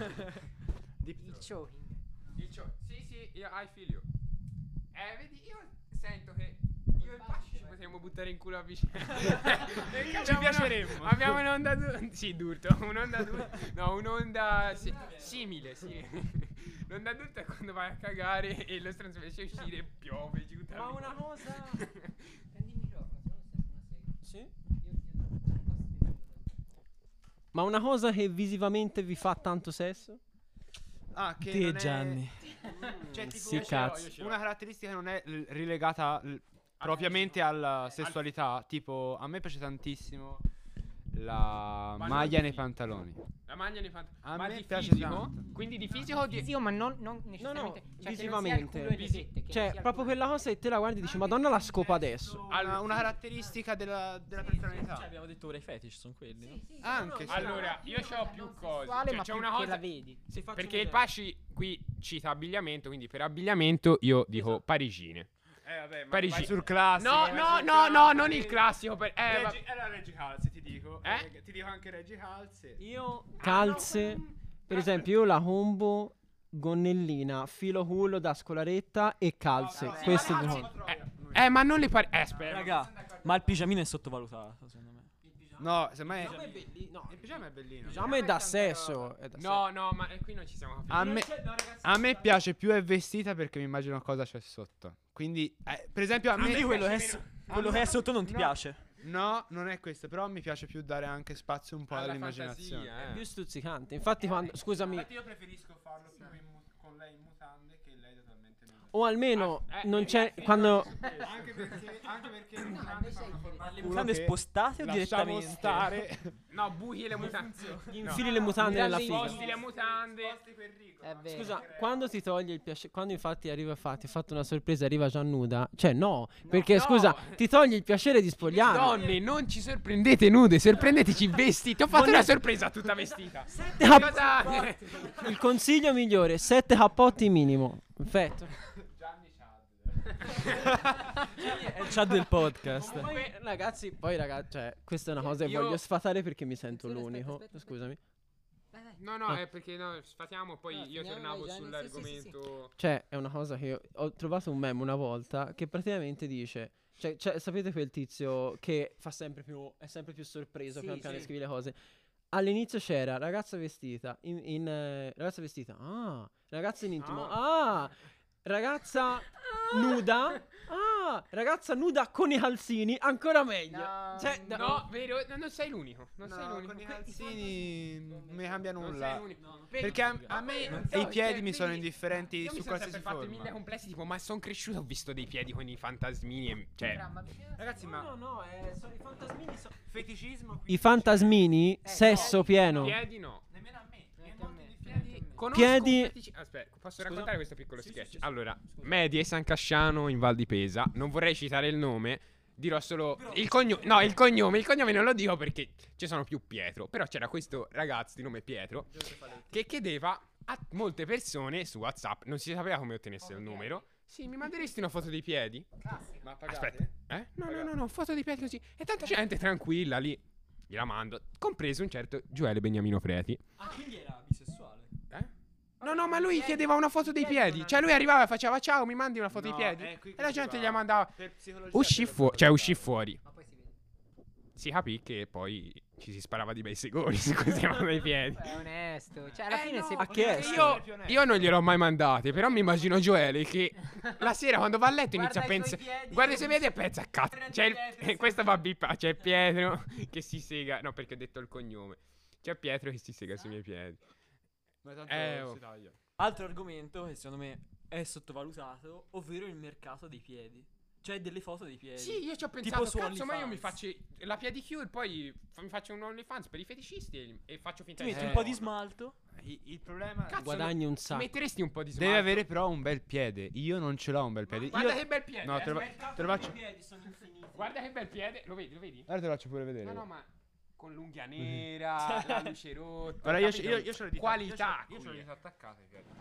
il choking. Il cio- Sì, sì, io, I feel you. Eh, vedi, io sento che io e Pasci ci potremmo buttare in culo a vicenda. Perché Ci abbiamo- piaceremmo. Abbiamo un'onda du- Sì, d'urto. Un'onda d'urto. No, un'onda si- simile, sì. L'onda d'urto è quando vai a cagare e lo stronzo invece di uscire piove giù. tra Ma le- una cosa. Prendi il microfono, se no non sento una sega. Sì? Ma una cosa che visivamente vi fa tanto sesso? Ah, che Te, non è- Gianni. Cioè, tipo, Sì, Io ce l'ho, cazzo. io ce l'ho. una caratteristica che non è l- rilegata l- propriamente alla sessualità. Tipo, a me piace tantissimo la Ma maglia non nei di- pantaloni. La maglia ne fa. A Ma me di piace fisico? tanto. Quindi di fisico o di. Fisico, ma non, non necessariamente cioè, che non sia il visivamente. culo e le Visi- tette, che non Cioè, sia il proprio culo. quella cosa che te la guardi e dici, Madonna la scopa adesso. Una, una caratteristica della, della personalità. Cioè, abbiamo detto ora i fetish sono quelli, no? Anche se- Allora, io ho più cose. Sessuale, Cioè, ma c'è più una che cosa. la vedi. Se faccio Perché un il esempio. Pasci qui cita abbigliamento, quindi per abbigliamento io dico Esatto. parigine. Eh, vabbè, ma Parigi- vai sul classico. No, vai no, sul no, classico. no, non il classico. Per... Eh, va- Reggi, allora Reggi Calze ti dico. Eh? Eh, Ti dico anche Reggi Calze. Io calze, per esempio, io la combo gonnellina, filo culo da scolaretta e calze. no, sì, Queste ma due no, cose. eh, eh, ma non le pare. Eh, aspetta. Raga, ma il pigiamino è sottovalutato, secondo me. No, semmai Pigiama è belli- no, il pigiama è bellino. pigiama è da sesso. È da No, no, ma eh, qui non ci siamo capiti. A me, a me piace più è vestita perché mi immagino cosa c'è sotto. Quindi, eh, per esempio, a me. Quindi quello, che è, so- quello che è sotto non ti No. piace? No, non è questo. Però mi piace più dare anche spazio un po' Alla all'immaginazione. fantasia, È eh. più stuzzicante. Infatti, quando. Scusami. io preferisco farlo più con lei in mutande che lei totalmente nuda. O almeno Ah, eh, non eh, c'è. eh, Quando. Anche perché, anche perché le mutande fanno formare Le culo mutande che spostate o lasciamo direttamente? stare. No, buchi le mutande. Infili le mutande nella figa. Sposti le mutande. È vero. Scusa, quando ti toglie il piacere, quando infatti arriva a fare, ti ha fatto una sorpresa, arriva già nuda, cioè no, perché no. scusa, ti toglie il piacere di spogliare. Donne, non ci sorprendete nude, sorprendeteci vestiti. Ho fatto Buon- una sorpresa tutta vestita. Cap- Cosa? Il consiglio migliore, sette cappotti minimo. Perfetto. È il chat del podcast. Poi, ragazzi, poi ragazzi, cioè, questa è una cosa che Io- voglio sfatare perché mi sento Aspetta, l'unico. aspetta, aspetta. Scusami. No, no, Ah. è perché no, sfatiamo, poi No, io finiamo, tornavo vai, Gianni. Sì, sì, sì, sì. sull'argomento. Cioè, è una cosa che io ho trovato un meme una volta che praticamente dice. Cioè, cioè, sapete quel tizio che fa sempre più. È sempre più sorpreso Sì, pian piano sì. scrive le cose. All'inizio c'era ragazza vestita in, in, eh, ragazza vestita. Ah, ragazza in intimo. Ah, ragazza nuda. Ah, ragazza nuda con i calzini. Ancora meglio. No, Cioè, da- No, vero, no, non sei l'unico. Non sei No, l'unico. con i Que- calzini non mi cambia Non sei nulla. l'unico. Perché a, a me Non so, i piedi cioè, mi sono quindi- indifferenti Io mi su sono qualsiasi sempre fatto forma. mille complessi, tipo, ma sono cresciuto, ho visto dei piedi con i fantasmini. E, cioè, Ragazzi, ma No, no, eh, sono i fantasmini. so- feticismo I fantasmini, sesso pieno. piedi no. Nemmeno a me. Conosco Piedi- un fetici- Aspetta, posso raccontare questo piccolo sketch? Allora, Medie San Casciano in Val di Pesa. Non vorrei citare il nome. Dirò solo il cognome. No, il cognome. Il cognome non lo dico perché ci sono più Pietro. Però c'era questo ragazzo di nome Pietro che chiedeva a molte persone su WhatsApp. Non si sapeva come ottenesse il numero. Sì, mi manderesti una foto dei piedi? Ma Aspetta, eh? No, no, no, no, foto dei piedi così. E tanta gente tranquilla lì. Gliela mando. Compreso un certo Gioele Beniamino Preti. Ah, quindi era bisessuale. Eh? No, no, ma lui chiedeva una foto dei piedi. Cioè, lui arrivava e faceva ciao, mi mandi una foto No, dei piedi. eh, qui- E qui la si gente va. gli mandava. Per psicologia Uscì te lo fuori. dico, Cioè, dai. uscì fuori. Ma poi si vede. Si capì che poi ci si sparava di bei segoni su queste foto dei piedi. È onesto. Cioè, alla Eh, fine no, se ha chiesto. Io, io non gliel'ho mai mandate. Però mi immagino Gioele che la sera quando va a letto inizia a Guarda i suoi pensare. piedi. Guarda i suoi piedi e pensa a cazzo. Prendi C'è il, Pietro, questo va bippa. C'è Pietro che si sega. No, perché ho detto il cognome. C'è Pietro che si sega sui miei piedi. Ma tanto Eh, si oh. taglia. Altro argomento che secondo me è sottovalutato, ovvero il mercato dei piedi. Cioè delle foto dei piedi. Sì, io ci ho pensato, Tipo su cazzo, ma io mi OnlyFans. faccio la pedicure, poi fa- mi faccio un OnlyFans per i feticisti e, e faccio finta Ti di metti essere un po' di buono. smalto. Il, il problema Cazzo, Guadagni un Ti sacco. metteresti un po' di smalto? deve avere però un bel piede. Io non ce l'ho un bel piede. Guarda Io... che bel piede. No, eh, te lo, aspetta. te lo faccio. Guarda che bel piede. Lo vedi, lo vedi? Ora te lo faccio pure vedere. No, no, ma con l'unghia nera, la luce rotta. Ora io, capito? io, io ce l'ho di Qualità. Io ce l'ho qui. di attaccate i piedi.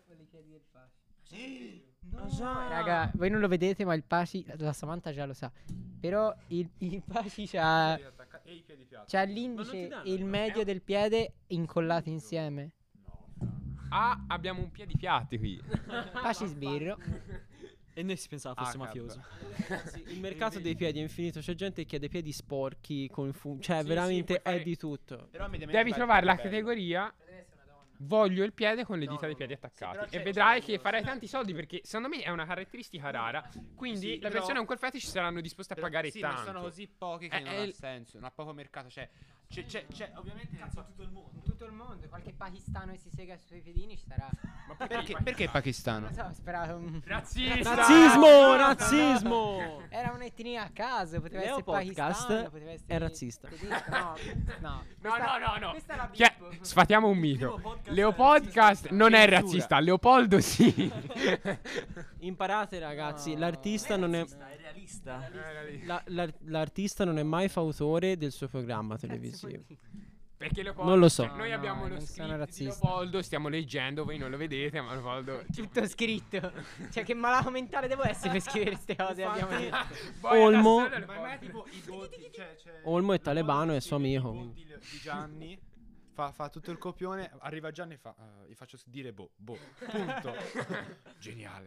Raga, voi non lo vedete, ma il Paci, la Samantha già lo sa. Però il, il Paci c'ha, E i piedi piatti. c'ha Ma non ti l'indice danno e il il medio del piede incollati insieme. Ah, abbiamo un piedi piatti qui. Paci sbirro. E noi si pensava fosse Ah, mafioso. Ragazzi, il mercato dei piedi è infinito. C'è gente che chiede piedi sporchi con fu- Cioè, Sì, veramente sì, puoi è fare- di tutto. Però mediamente Devi vai trovare la bello. categoria voglio il piede con le No, dita dei no, piedi no. Sì, attaccati. però E c'è- vedrai c'è- che farai tanti soldi perché secondo me è una caratteristica rara. Quindi Sì, le però- persone con quel fetish saranno disposte a Però- pagare sì, tanto. ma sono così pochi che Eh, non è ha il- senso. Non ha poco mercato. Cioè, c'è, c'è, c'è ovviamente. tutto il mondo. In tutto il mondo, qualche pakistano che si sega sui piedini ci sarà. Ma Perché, perché pakistano? Non so, speravo un... Razzista! Razzismo! Razzismo! Era un'etnia a caso, poteva Leo essere Podcast pakistano, poteva essere è razzista. tedesco, no, no. No, Questa- no, no, no. Questa è la Cioè, bip. sfatiamo un mito. Leo Podcast non è razzista, Leopoldo sì. Imparate, ragazzi. No. L'artista non è. È realista. la- l'ar- l'artista non è mai fautore del suo programma televisivo. Perché Leopoldo, Non lo so. cioè, noi No, abbiamo no, lo non sono scritto di razzista. Leopoldo, stiamo leggendo, voi non lo vedete, ma Leopoldo Tutto scritto. Cioè, che malato mentale devo essere per scrivere queste cose? Abbiamo detto. Poi Olmo- adesso Leopoldo- Ma è tipo i voti. Cioè, c'è- Olmo è talebano e suo scrive amico, i voti di Gianni. Fa, fa tutto il copione. Arriva Gianni e fa. eh, gli faccio dire boh, boh. Punto. Geniale.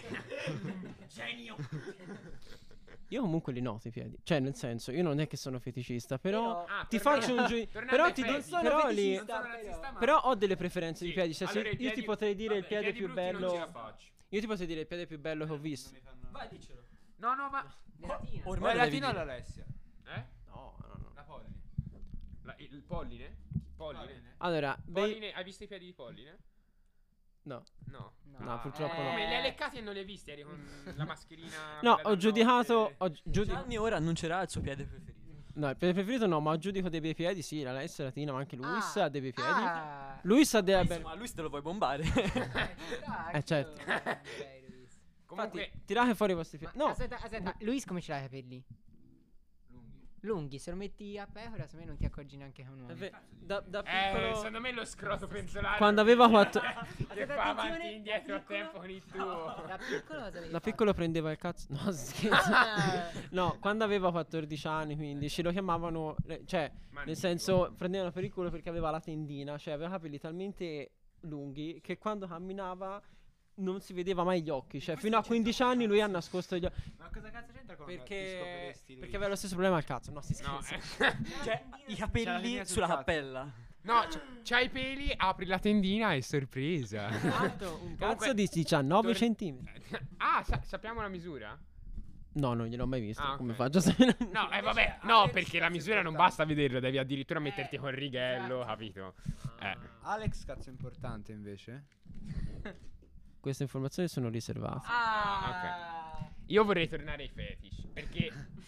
Io comunque li noto i piedi. Cioè, nel senso, io non è che sono feticista, però. Ah, ti tornando- faccio un giudizio. tornando Però ai ti do. fetish. Però lì. Non sono razzista, ma- Però ho delle preferenze di Sì, piedi. Cioè, se allora i io piedi- ti potrei dire il vabbè, piede piedi più brutti non ce la bello. faccio. Io ti potrei dire il piede più bello che ho visto. Vai, dicelo. No, no, ma Latina. Ormai Ma lo la devi Tina o dire. l'Alessia? eh? No, no, no. La polline. La- il polline? Polline? Allora, beh, Polline, hai visto i piedi di polline? no. No. No, Ah. purtroppo Eh, no. Come li hai leccati e non li hai visti? Eri con la mascherina. No, quella ho da giudicato. notte. Ho giudi- Gianni ora annuncerà il suo piede preferito. No, il piede preferito no, ma giudico dei bei piedi. Sì, la Alessia, la Tina, ma anche Luis Ah, ha dei bei piedi. Ah, Luis ha dei bei. Insomma, lui se te lo vuoi bombare. eh, certo. Comunque, Infatti, tirate fuori i vostri piedi. No, Aspetta, aspetta, Luis come ce l'ha i capelli? Lunghi. Lunghi, se lo metti a pecora, secondo me non ti accorgi neanche che è un uomo. È ve- da, da Eh, piccolo secondo me lo scroto penzolare. quando aveva quattro Che fa avanti e indietro a tempo con il tuo. Da piccolo cosa avevi da fatto? piccolo prendeva il cazzo. No, scherzo. Ah, No, quando aveva quattordici anni, quindici, lo chiamavano, eh, cioè, Mandibolo. nel senso, prendevano per il culo perché aveva la tendina, cioè aveva capelli talmente lunghi che quando camminava non si vedeva mai gli occhi, cioè fino a quindici anni lui ha nascosto gli occhi. Ma cosa cazzo c'entra con Perché perché aveva lo stesso problema al cazzo. No, si No, scherza. eh. Cioè, i C'è la capelli linea sul sulla cazzo. cappella. No, c'ha- c'ha i peli, apri la tendina e sorpresa. Esatto, un cazzo Comunque- di diciannove Tor- centimetri. Ah, sa- sappiamo la misura? No, non gliel'ho mai visto. Ah, Come ok. faccio a sapere? No, eh vabbè, no, perché la misura non basta vederla, devi addirittura metterti col righello, esatto. capito? Eh. Alex cazzo importante invece? Queste informazioni sono riservate. ah. Io vorrei tornare ai fetish, perché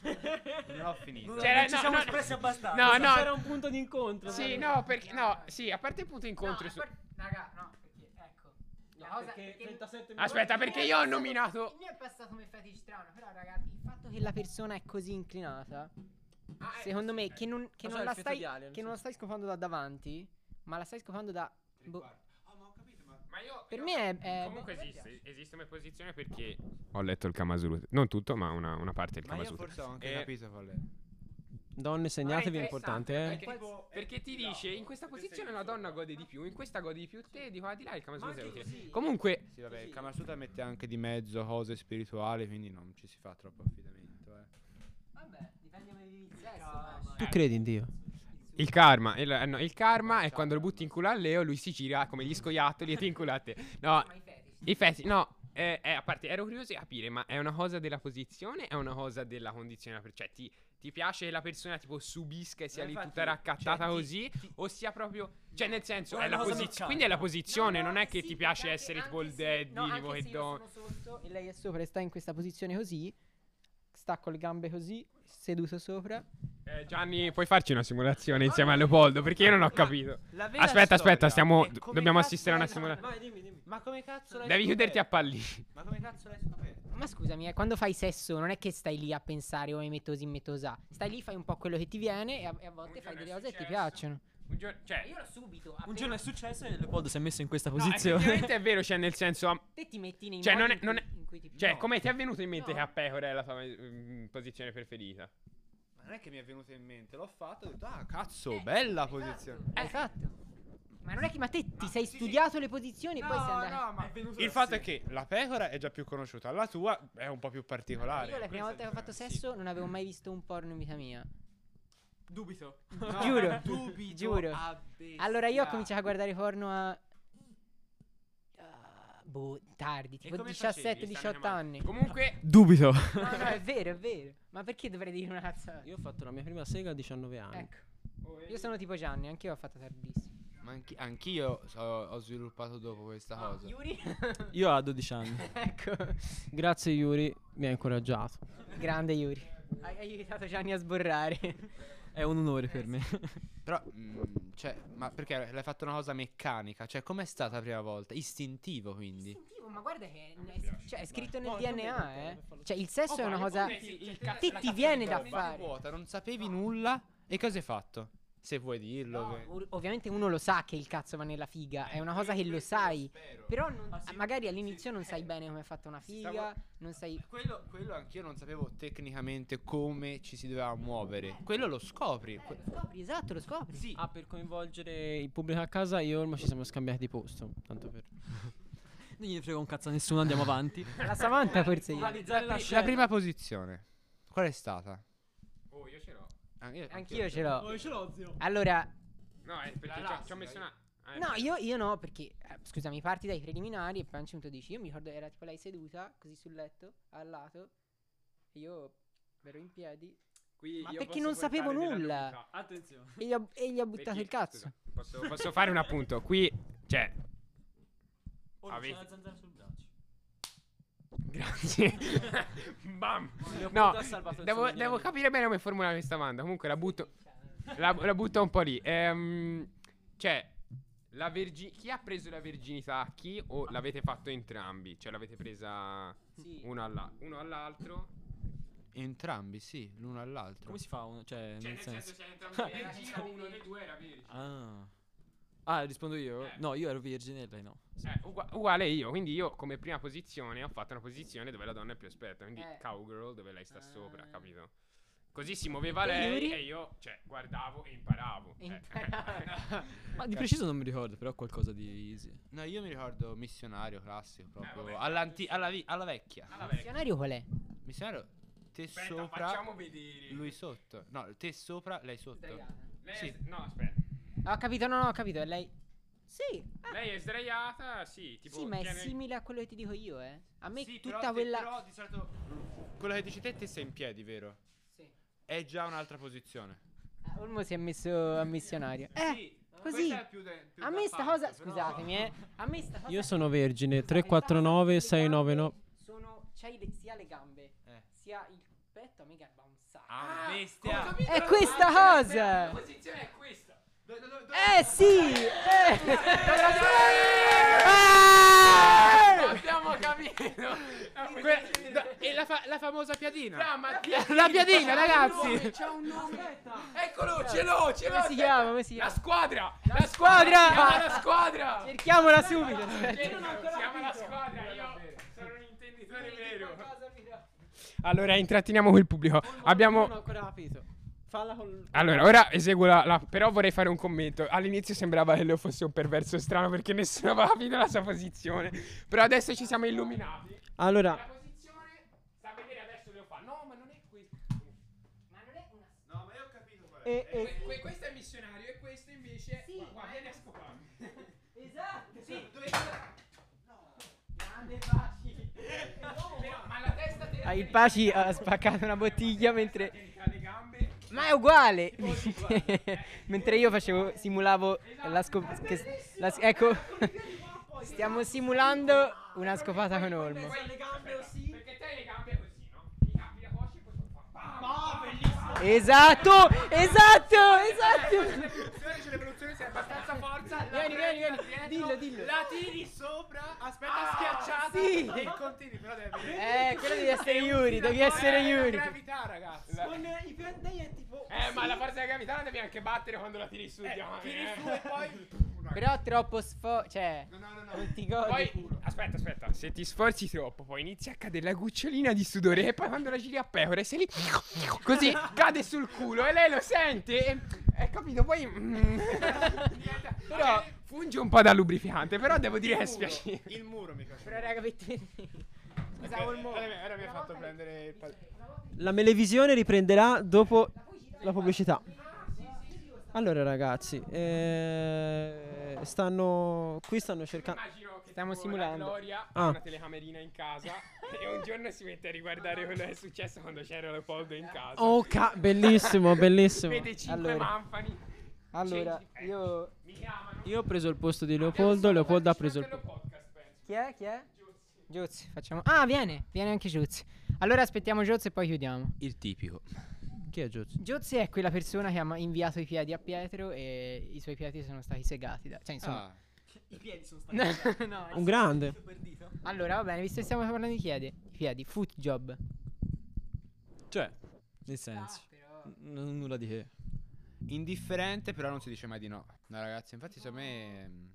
Non ho finito. C'era- non ci no, siamo no, espressi abbastanza. no, no. Era un punto di incontro. Sì, no, perché no, sì, a parte il punto No, incontro a su par- raga, no, perché ecco. La cosa perché perché- trentasette minuti- Aspetta, perché io ho nominato Il mio è passato come fetish strano, però ragazzi, il fatto che la persona è così inclinata, secondo me, che non, che Ma non sai, la il feto stai di alien, che sì. non la stai scopando da davanti, ma la stai scopando da boh, Ah, ma ho capito, ma Ma io per io- me è, è Comunque boh, a me esiste, piace. esiste come posizione perché ho letto il Kama Sutra. Non tutto, ma una, una parte del Ma Kama io Sutra. forse ho anche Eh, capito qual è. Donne, segnatevi, è interessante, importante, eh. Perché, tipo- perché ti dice in questa posizione la donna gode di più, in questa godi di più te, di qua di là il Kama Sutra è utile. Comunque, Sì, vabbè, il Kama Sutra mette anche di mezzo cose spirituali, quindi non ci si fa troppo affidamento, eh. Vabbè, dipende come vivi il sesso. Tu credi in Dio? il karma, il, eh, no, il karma è quando lo butti in culo a Leo, lui si gira come gli scoiattoli e ti incula a te. No, Ma i fetish. i fetish, no, eh, eh, a parte, ero curioso di capire, ma è una cosa della posizione, è una cosa della condizione, cioè ti, ti piace che la persona tipo subisca e sia Ma lì infatti, tutta raccattata cioè, ti- così, ti- o sia proprio, cioè nel senso, Una è la cosa posizione, meccanica. quindi è la posizione, No, non no, è che sì, ti piace anche- essere tipo anche il se- daddy, no, tipo anche che se io don... sono sotto e lei è sopra e sta in questa posizione così, sta con le gambe così, seduto sopra. Eh, Gianni, puoi farci una simulazione insieme a Leopoldo, perché io non ho capito. La vera Aspetta, aspetta, storia stiamo, è come dobbiamo cazzo assistere a una l'hai- simulazione. Vai, dimmi, dimmi. Ma come cazzo l'hai Devi chiuderti a scoperto? pallini. Ma come cazzo l'hai scoperto? Ma scusami, eh, quando fai sesso non è che stai lì a pensare o mi metto così, mi metto così. Stai lì, fai un po' quello che ti viene e a, e a volte Un fai giorno delle è cose che ti successo. piacciono. Un giorno, cioè, Io l'ho subito. Un giorno è successo e Leopoldo si è messo in questa no, posizione. effettivamente è vero, cioè nel senso, Te ti metti nei Cioè, modi non è- in non cui- è- in cui ti cioè, no. come ti è venuto in mente No. che a pecora è la tua mm, posizione preferita? Ma non è che mi è venuto in mente, l'ho fatto e ho detto, ah cazzo, bella posizione. Hai fatto. Ma non è che ma te ti sei studiato le posizioni e poi sei andato. ma il fatto è che la pecora è già più conosciuta, la tua è un po' più particolare. Io la prima volta che ho fatto sesso non avevo mai visto un porno in vita mia. Dubito. No, Giuro. dubito Giuro. a bestia. Allora io ho cominciato a guardare porno a ah, boh, tardi, tipo come diciassette facevi? diciotto anni. Comunque, Dubito. No, no, è vero, è vero. Ma perché dovrei dire una cazzata? Io ho fatto la mia prima sega a diciannove anni. Ecco. Io sono tipo Gianni, anche io ho fatto tardissimo. Ma anchi- anch'io so- ho sviluppato dopo questa cosa. Yuri? Io ho dodici anni. Ecco. Grazie Yuri, mi ha incoraggiato. Grande Yuri. Hai hai aiutato Gianni a sborrare. È un onore per me. Però, mm, cioè, ma perché l'hai fatto una cosa meccanica? Cioè, com'è stata la prima volta? Istintivo, quindi. Istintivo, ma guarda che è, cioè, è scritto nel No, D non N vedo, A, non eh. vedo. Cioè, il sesso è una cosa. il ca- Te la ti viene da caffeina- fare. Vuota, non sapevi nulla. E cosa hai fatto? Se vuoi dirlo. No, che- ov- ovviamente uno lo sa che il cazzo va nella figa, è una cosa che lo sai. Però non- magari all'inizio non sai bene come è fatta una figa, non sai. Quello, quello anch'io non sapevo tecnicamente come ci si doveva muovere. Quello lo scopri. Eh, lo scopri, esatto, lo scopri. Sì. Ah, per coinvolgere il pubblico a casa, io e Olmo ci siamo scambiati di posto. Tanto per. Non gliene frega un cazzo a nessuno, andiamo avanti. La Samantha forse io. Realizzare la La prima posizione. Qual è stata? Oh, io ce l'ho. Ah, io- Anch'io ce l'ho. ce l'ho, zio. Allora, No, è perché ci ho- ci ho messo una... eh, no, io, io no, perché eh, scusami, parti dai preliminari e poi a un certo punto dici. Io mi ricordo era tipo lei seduta così sul letto, al lato, e io ero in piedi qui Ma io perché posso non sapevo portare della nulla? novità. Attenzione. e gli ho, e gli ho buttato Perché- il cazzo. scusa, posso, posso fare un appunto? Qui, cioè, Oh, Avete- c'è la zanzara sul braccio. grazie. Bam. Leopoldo No, ha salvato il devo, suo devo migliore capire bene come formulare questa domanda. Comunque la butto, la, la butto un po' lì. Ehm, cioè, la vergi- chi ha preso la verginità a chi o l'avete fatto entrambi? Cioè l'avete presa Sì. uno, alla- uno all'altro? Entrambi, sì, l'uno all'altro. Come si fa? Uno, cioè, Cioè, nel nel senso. senso, siamo entrambi vergini, uno dei due era vergine. Ah. Ah, rispondo io? Eh. No, io ero vergine e lei no. Eh, ugua- uguale io, quindi io come prima posizione ho fatto una posizione dove la donna è più esperta, quindi Eh. cowgirl dove lei sta Ah. sopra, capito? Così si muoveva E lei Yuri? e io, cioè, guardavo e imparavo. E Eh. imparavo. Ma di preciso non mi ricordo, però qualcosa di easy. No, io mi ricordo missionario classico, proprio. vabbè, all'anti- alla, vi- alla vecchia. Alla vecchia. Missionario qual è? Missionario, te Aspetta, sopra, facciamo vedere. lui sotto. No, te sopra, lei sotto. Lei Sì. è- no, aspetta. Ah, ho capito, no, no, ho capito, è lei. Sì, ah, Lei è sdraiata, sì, tipo sì, ma è tiene- simile a quello che ti dico io, eh. A me Sì, tutta però te- quella. però di solito quello che dici te, te sei in piedi, vero? Sì. È già un'altra posizione. Ah, Olmo si è messo a missionario. Eh, Sì, così. questa è più de- più a da me sta punk, cosa, però- scusatemi, eh. A me sta cosa. Io sono vergine. Scusate, tre quattro nove sta cosa- sei le nove gambe nove. Sono. C'hai le- sia le gambe, Eh. sia il petto, a me garba un sacco. Ah, Ho bestia. capito, È no, questa aspetta, cosa! aspetta, La posizione è questa. Do- do- do- do- Eh sì! Eh! Abbiamo capito. Que- do- e la, fa- la famosa piadina. No, ma La piadina, ragazzi. C'ha un nome! Eccolo, ce l'ho, ce l'ho. Come si chiama? Come si La chiama? squadra. La squadra! Si chiama la squadra. Cerchiamola subito! Si aspetta. chiama la squadra. Io sono un intenditore vero. Allora, intratteniamo quel pubblico. Abbiamo. Non ho ancora capito. Falla col. Allora, ora eseguo la, la- Però vorrei fare un commento. All'inizio sembrava che Leo fosse un perverso strano perché nessuno aveva capito la sua posizione. Però adesso ci siamo illuminati. La Allora, posizione. Sta a vedere adesso Leo fa. No, ma non è questo. Ma non è una. No, ma io ho capito qual è. e, Que- e, que- questo è missionario e questo invece. Sì, Qua, qua, ma vieni è- a scoparmi. Esatto! Sì, dove. Grande Paci! Leo, ma la testa te. Ah, il Paci ha spaccato una bottiglia mentre. Le gambe. Ma è uguale! Mentre io facevo, simulavo la scopata. Ecco, stiamo simulando una scopata con Olmo. Poi le gambe così. Perché te hai le gambe così, no? Ti cambi la coscia e poi fa. Ah, bellissimo. Esatto! Esatto! Esatto! C'è l'evoluzione, sei abbastanza forza. la Vieni, prendi vieni, da vieni. dietro, Dillo, dillo. La tiri sopra, aspetta Ah, schiacciata sì. e continui, però devi Eh, quello devi essere Yuri, devi essere Eh, Yuri. la gravità, ragazzi. con i piedi è tipo. Eh, ma la forza della gravità la devi anche battere quando la tiri su, diamine, Tiri eh. su e poi Però troppo sfo... Cioè, No, no, no, no. non ti godi. Poi, aspetta, aspetta, se ti sforzi troppo, poi inizia a cadere la gocciolina di sudore e poi quando la giri a pecora e sei lì, così cade sul culo e lei lo sente e, e capito, poi mm, diventa- però funge un po' da lubrificante, però devo dire che è spiacevole. Il muro mi piace. Però raga, metti... Scusa, Olmo. Ora mi- ora mi ha fatto prendere il pal- La melevisione riprenderà dopo la pubblicità. Allora, ragazzi, eh, stanno. Qui stanno cercando. Immagino che Stiamo tipo simulando. la Gloria Ah. ha una telecamerina in casa e un giorno si mette a riguardare quello che è successo quando c'era Leopoldo in casa. Oh, ca- bellissimo, bellissimo. Vede cinque Allora. manfani. Allora, Cioè, io... Mi chiamano. Io ho preso il posto di Leopoldo. Leopoldo ha preso il posto. podcast, penso. Chi è? Chi è? Giuzzi, facciamo... Ah, viene, viene anche Giuzzi. Allora aspettiamo Giuzzi e poi chiudiamo. Il tipico. Chi è Giuzzi? Giuzzi è quella persona che ha ma- inviato i piedi a Pietro e i suoi piedi sono stati segati da... Cioè, insomma... Ah, I piedi sono No, no, Un grande. allora, va bene, visto che stiamo parlando di piedi, i piedi, foot job. Cioè, nel senso. N- nulla di che. indifferente, però non si dice mai di no. No, ragazzi, infatti secondo me mm,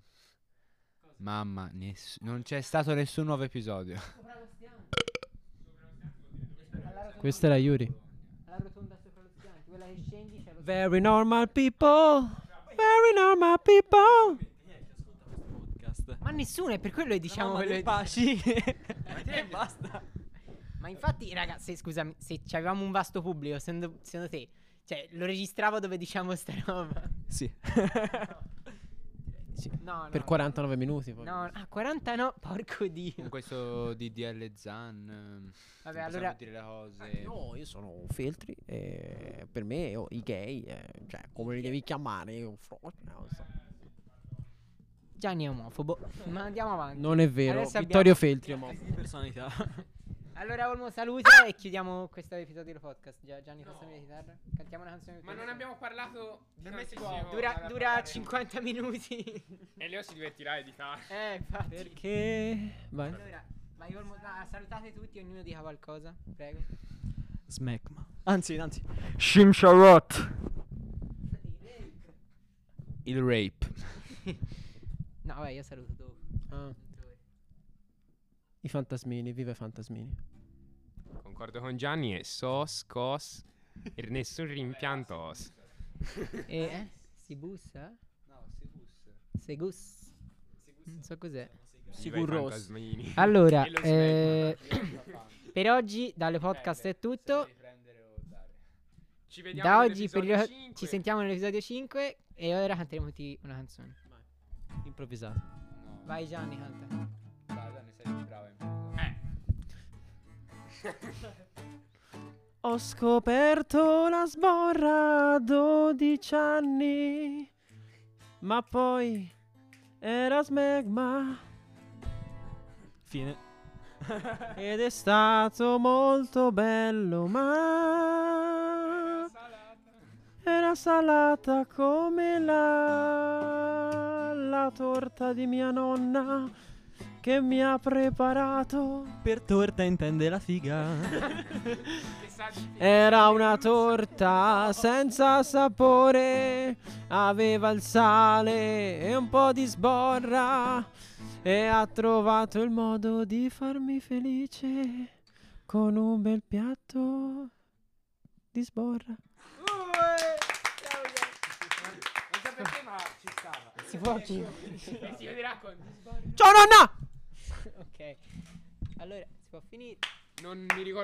mamma, ness- non c'è stato nessun nuovo episodio. Questo era Yuri. La rotonda sopra lo schianto, quella che scendi c'è lo Very normal people. Very normal people. Ma nessuno, è per quello che diciamo quello che... Paci. E basta. Ma infatti, ragazzi, scusami, se avevamo un vasto pubblico, secondo, secondo te, cioè, lo registravo dove diciamo sta roba? Sì. Sì. No, no. Per quarantanove minuti. Poi. No, ah, quaranta no, porco dio. Con questo D D L Zan, ehm, Vabbè, non allora... possiamo dire le cose. No, io sono Feltri e per me oh, i gay, eh, cioè come li devi chiamare? Io, fro- non so. Gianni è omofobo, ma andiamo avanti. Non è vero, Adesso Vittorio abbiamo- Feltri è omofobo. Personalità. Allora Olmo saluta e chiudiamo questo episodio del podcast. Gia- Gianni, passami la chitarra. Cantiamo una canzone. Ma non abbiamo parlato di Per me si tantissimo può. Dura, da dura parlare. cinquanta minuti. E Leo si divertirà a editare. Eh, infatti. Perché? Vai. Allora, vai Olmo, ah, salutate tutti, ognuno dica qualcosa, prego. Smegma. Anzi, anzi. Shimsharot. Il rape. No, vabbè, io saluto dopo. Ah. I fantasmini, viva i fantasmini. Concordo con Gianni e sos, cos e nessun rimpiantos. E eh? Si bussa? No, si bussa. Segus. Non so cos'è. Viva i Sicurros. fantasmini. Allora, E lo eh, smegma. per oggi dalle podcast è tutto. Ci vediamo Da oggi per nell'episodio gli- cinque. ci sentiamo nell'episodio cinque e ora canteremo ti una canzone. Improvvisato. No. Vai Gianni, canta. Dai, dai, ne sei brava in Ho scoperto la sborra a dodici anni, ma poi era smegma. Fine. Ed è stato molto bello, ma era salata come la, la torta di mia nonna che mi ha preparato. Per torta intende la figa. Era una torta senza sapore, aveva il sale e un po' di sborra e ha trovato il modo di farmi felice con un bel piatto di sborra. Non so perché, ma ci stava. Si può ci- E si vedrà con Ciao nonna! Ok. Allora, si può finire. Non mi ricordo